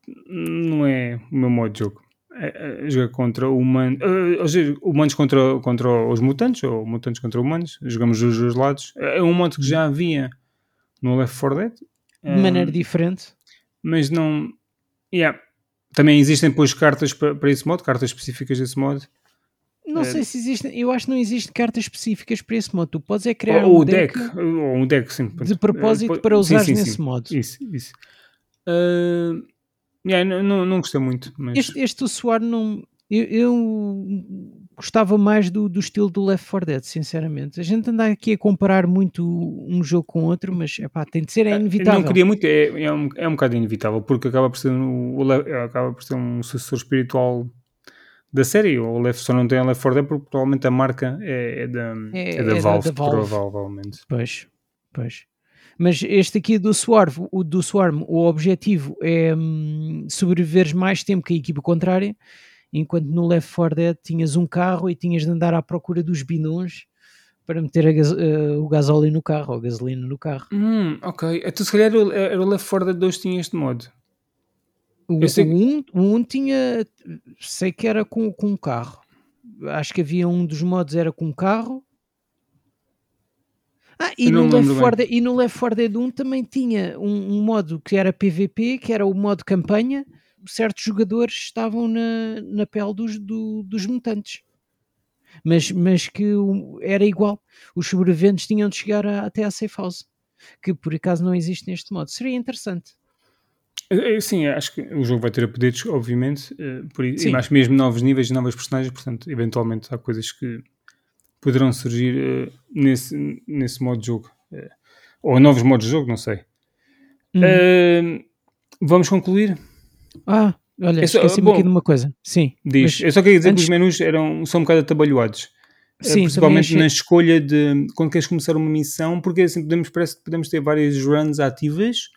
não é o meu modo de jogo. É, é jogar contra humanos, uh, ou seja, humanos contra, contra os mutantes, ou mutantes contra humanos, jogamos dos dois lados. É um modo que já havia no Left four Dead. De maneira um, diferente. Mas não... Yeah. Também existem depois cartas para, para esse modo, cartas específicas desse modo. Não É, sei se existem, eu acho que não existem cartas específicas para esse modo. Tu podes é criar ou um o deck, deck ou um deck, sim. de propósito Uh, para sim, usares sim, nesse sim. modo. Isso, isso. Uh, yeah, não, não, não gostei muito. Mas... Este, este o Swarm não... Eu, eu gostava mais do, do estilo do Left four Dead, sinceramente. A gente anda aqui a comparar muito um jogo com outro, mas epá, tem de ser, é inevitável. Não queria muito, é, é, um, é um bocado inevitável, porque acaba por ser, o, o, acaba por ser um sucessor espiritual da série. O Left só não tem a Left four Dead porque provavelmente a marca é, é da, é, é da, é Valve, da, da Valve, provavelmente. Pois, pois. Mas este aqui do Swarm, o do Swarm, o objetivo é hum, sobreviveres mais tempo que a equipa contrária, enquanto no Left four Dead tinhas um carro e tinhas de andar à procura dos bidões para meter a gas, uh, o gasóleo no carro, ou a gasolina no carro. Hum, ok. Então se calhar era o Left four Dead dois tinha este modo. O, o, um, o um tinha, sei que era com, com um carro. Acho que havia um dos modos era com um carro. Ah, e no, Left four Dead, e no Left four Dead um também tinha um, um modo que era P V P, que era o modo campanha. Certos jogadores estavam na, na pele dos, do, dos mutantes. Mas, mas que era igual. Os sobreviventes tinham de chegar a, até à safe house, que por acaso não existe neste modo. Seria interessante. Sim, acho que o jogo vai ter updates, obviamente, por isso, e mais mesmo novos níveis e novas personagens, portanto, eventualmente há coisas que poderão surgir uh, nesse, nesse modo de jogo. Uh, ou novos modos de jogo, não sei. Hum. Uh, vamos concluir? Ah, olha, só, esqueci-me bom, aqui de uma coisa. Sim. Diz. Eu só queria dizer antes... que os menus eram, são um bocado atabalhoados. Sim, uh, principalmente na escolha de quando queres começar uma missão, porque assim podemos, parece que podemos ter várias runs ativas,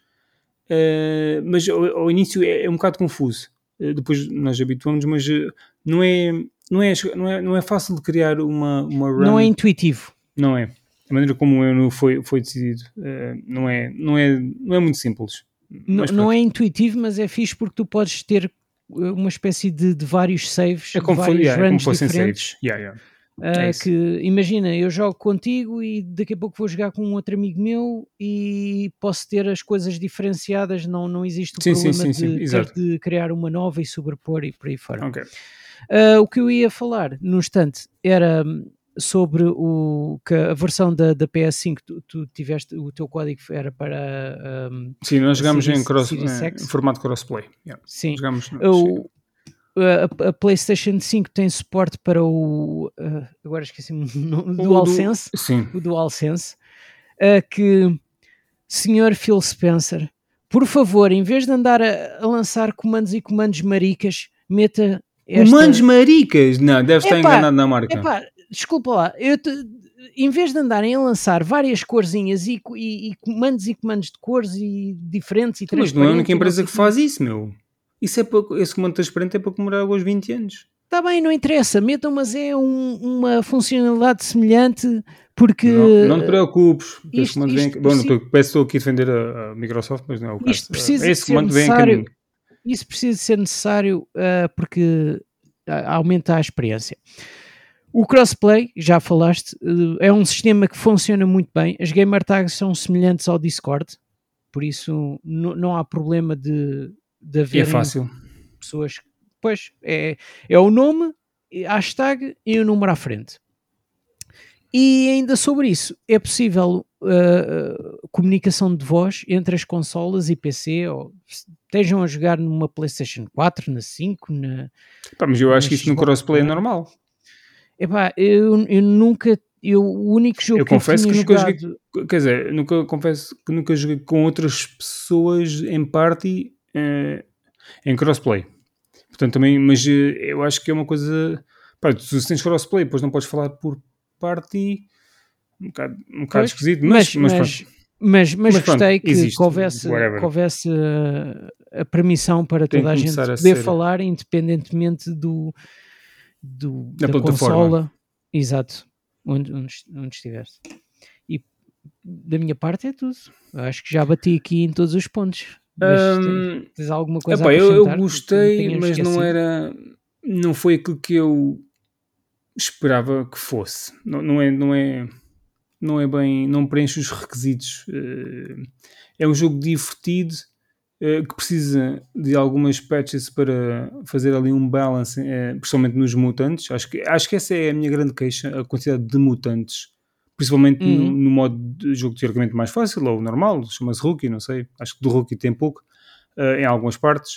uh, mas ao, ao início é, é um bocado confuso. Uh, depois nós habituamos, mas uh, não, é, não, é, não, é, não é fácil de criar uma, uma run. Não é intuitivo. Não é. A maneira como o menu foi, foi decidido uh, não, é, não, é, não é muito simples. Não, não é intuitivo, mas é fixe porque tu podes ter uma espécie de, de vários saves, é como de vários yeah, runs é diferentes. Yeah, yeah. Uh, é que imagina, eu jogo contigo e daqui a pouco vou jogar com um outro amigo meu e posso ter as coisas diferenciadas, não, não existe o sim, problema sim, sim, de sim. ter de criar uma nova e sobrepor e por aí fora. Okay. Uh, o que eu ia falar no instante era sobre o, que a versão da, da P S cinco, tu, tu tiveste, o teu código era para um, sim, nós jogamos Series, em, cross, em formato crossplay. Yeah. Sim, jogamos, não, o, a, a PlayStation cinco tem suporte para o uh, agora esqueci-me o DualSense, do, sim. o DualSense, uh, que senhor Phil Spencer, por favor, em vez de andar a, a lançar comandos e comandos maricas, meta esta... Comandos maricas? Não, deve estar epá, enganado na marca. Epá, desculpa lá, eu te, em vez de andarem a lançar várias corzinhas e, e, e comandos e comandos de cores e diferentes e transparentes... Mas não é a única empresa que faz isso, meu. Isso é para, esse comando transparente é para comemorar aos vinte anos. Está bem, não interessa, metam, mas é um, uma funcionalidade semelhante, porque... Não, não te preocupes. Isto, isto, isto, vem, bom, não estou, estou aqui a defender a, a Microsoft, mas não é o caso. Isto precisa esse de ser comando necessário, vem em caminho. Isso precisa de ser necessário uh, porque aumenta a experiência. O crossplay, já falaste, uh, é um sistema que funciona muito bem. As gamer tags são semelhantes ao Discord, por isso n- não há problema de, de haver é fácil. pessoas... Pois, é, é o nome, a hashtag e o número à frente. E ainda sobre isso, é possível uh, comunicação de voz entre as consolas e P C, ou estejam a jogar numa PlayStation quatro, na cinco, na... Pá, mas eu acho que isso no crossplay é normal. Epá, eu, eu nunca... Eu, o único jogo eu que eu confesso tinha que nunca jogado... joguei, quer dizer, nunca, confesso que nunca joguei com outras pessoas em party uh, em crossplay. Portanto, também, mas eu acho que é uma coisa... Pá, se tens crossplay, depois não podes falar por party, um bocado, um bocado esquisito, mas, mas, mas, mas, mas, mas, mas gostei pronto, que, existe, que houvesse, que houvesse a, a permissão para Tem toda a gente a poder ser... falar independentemente do, do, da, da plataforma. Consola. Exato, onde, onde, onde estivesse. E da minha parte é tudo. Acho que já bati aqui em todos os pontos. Mas Hum, tens alguma coisa epá, a eu, eu acrescentar? que gostei, tenhamos mas não esquecido? era. Não foi aquilo que eu esperava que fosse. Não, não é. Não é não é bem, não preenche os requisitos. Eh, É um jogo divertido, eh, que precisa de algumas patches para fazer ali um balance, eh, principalmente nos mutantes. Acho que, acho que essa é a minha grande queixa, a quantidade de mutantes, principalmente no, Uhum. no modo de jogo teoricamente mais fácil, ou normal, chama-se Rookie, não sei, acho que do Rookie tem pouco, eh, em algumas partes.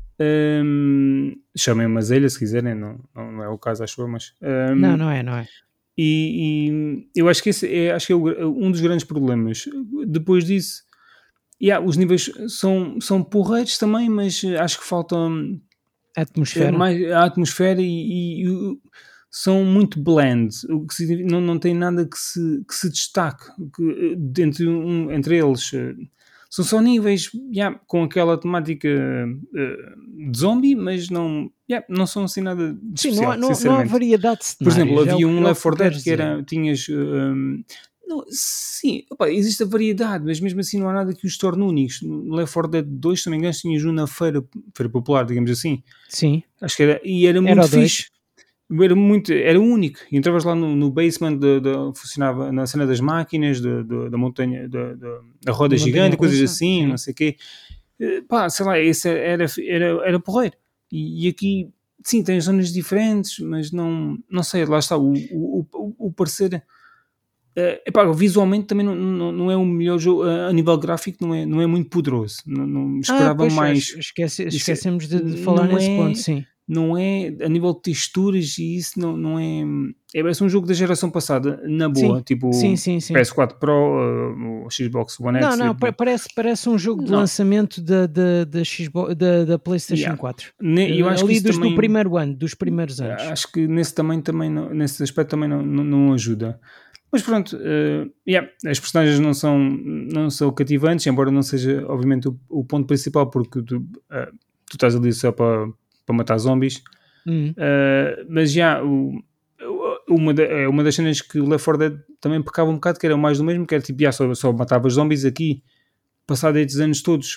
Um, chamem uma zelha se quiserem, não, não, não é o caso, acho eu, mas Não, um, não é, não é. e, e eu acho que esse é, acho que é o- um dos grandes problemas. Depois disso, yeah, os níveis são, são porreiros também, mas acho que falta hum, A eh, atmosfera. mais a atmosfera e, e- e o- são muito bland, o que significa- não, não tem nada que se, que se destaque que, eh, entre, um, entre eles. eh, São só níveis, yeah, com aquela temática eh, de zombie, mas não, yeah, não são assim nada de Sim, não há, especial, não, não há sinceramente. variedade de Por exemplo, cenários, é o havia que, um é o Left que tu four Dead queres que dizer. era, tinhas, hum, não, sim, opa, existe a variedade, mas mesmo assim não há nada que os torne únicos. No Left four Dead dois, se não me engano, tinhas um na feira, feira popular, digamos assim. Sim, Acho que era, e era era muito o dois. fixe. Era muito, era único. E entravas lá no, no basement, de, de- funcionava na cena das máquinas, de- de- da montanha, da, da, da roda Da gigante, coisas montanha-russa, assim, não sim. sei o quê. Eh, Pá, sei lá, esse era, era, era porreiro. E, e aqui, sim, tem zonas diferentes, mas não, não sei, lá está, o, o, o, o parecer. Uh, epá, visualmente também não, não, não é o melhor jogo, uh, a nível gráfico não é, não é muito poderoso, não, não Ah, esperava pois, mais. esquece, Isso é- esquecemos de, de falar não nesse ponto, é, sim. não é a nível de texturas e isso não, não é. É parece um jogo da geração passada, na Sim, boa, tipo sim, sim, sim. P S quatro Pro, uh, o Xbox One Não, X. não, pa- Tipo, parece, parece um jogo de não, lançamento da, da, da, Xbox, da, da PlayStation yeah. quatro. Ne- Eu Eh, acho que Ali isso dos, do também. primeiro ano, dos primeiros anos. Acho que nesse, também, também não- nesse aspecto também não, não, não ajuda. Mas pronto, eh, yeah, as personagens não são, não são cativantes, embora não seja, obviamente, o, o ponto principal, porque tu, eh, tu estás ali só para, para matar zombies. Uhum. Eh, mas já, o- o- uma, da- é uma das cenas que o Left four Dead também pecava um bocado, que era mais do mesmo, que era tipo, já, só, só matava zombies aqui, passado estes anos todos.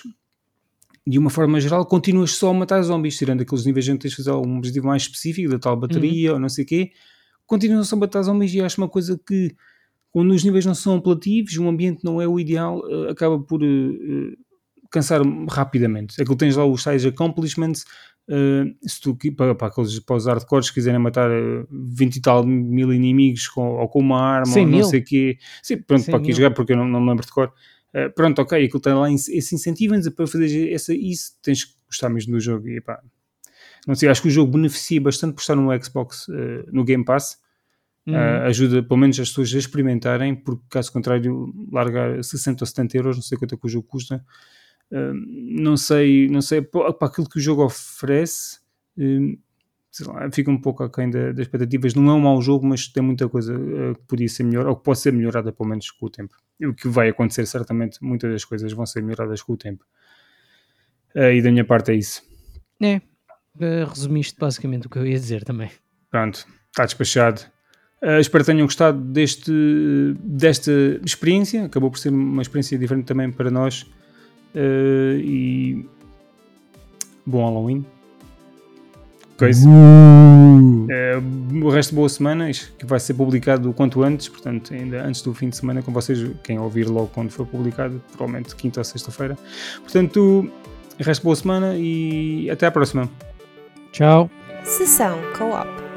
De uma forma geral, continuas só a matar zombies, tirando aqueles níveis em que tens de fazer algum objetivo mais específico, da tal Uhum. bateria ou não sei o quê, continuam só a matar zombies e acho uma coisa que, quando os níveis não são apelativos, o ambiente não é o ideal, eh, acaba por eh, eh, cansar rapidamente. É que tens lá os tais accomplishments, eh, se tu, para, para, aqueles, para os hardcores que quiserem matar eh, vinte e tal mil inimigos com, ou com uma arma cem ou não mil. sei o quê, sim, pronto, cem para aqui mil. jogar porque eu não, não me lembro de cor. Uh, pronto, ok, aquilo tem lá esse incentivo para fazer essa, isso, tens que gostar mesmo do jogo. E, pá, não sei, acho que o jogo beneficia bastante por estar no Xbox, uh, no Game Pass. Uhum. Uh, ajuda pelo menos as pessoas a experimentarem, porque caso contrário, largar sessenta ou setenta euros, não sei quanto é que o jogo custa. Uh, não sei, não sei, para aquilo que o jogo oferece, uh, sei lá, fica um pouco aquém das expectativas. Não é um mau jogo, mas tem muita coisa uh, que podia ser melhor, ou que pode ser melhorada pelo menos com o tempo. E o que vai acontecer, certamente, muitas das coisas vão ser melhoradas com o tempo. Uh, e da minha parte é isso. É, uh, resumiste basicamente o que eu ia dizer também. Pronto, está despachado. Uh, espero que tenham gostado deste, desta experiência. Acabou por ser uma experiência diferente também para nós. Uh, e bom Halloween. Coisa. Uh. Uh, o resto de boa semana, isto que vai ser publicado o quanto antes, portanto, ainda antes do fim de semana, com vocês, quem ouvir logo quando for publicado, provavelmente quinta ou sexta-feira. Portanto, o resto de boa semana e até à próxima. Tchau. Sessão Co-op.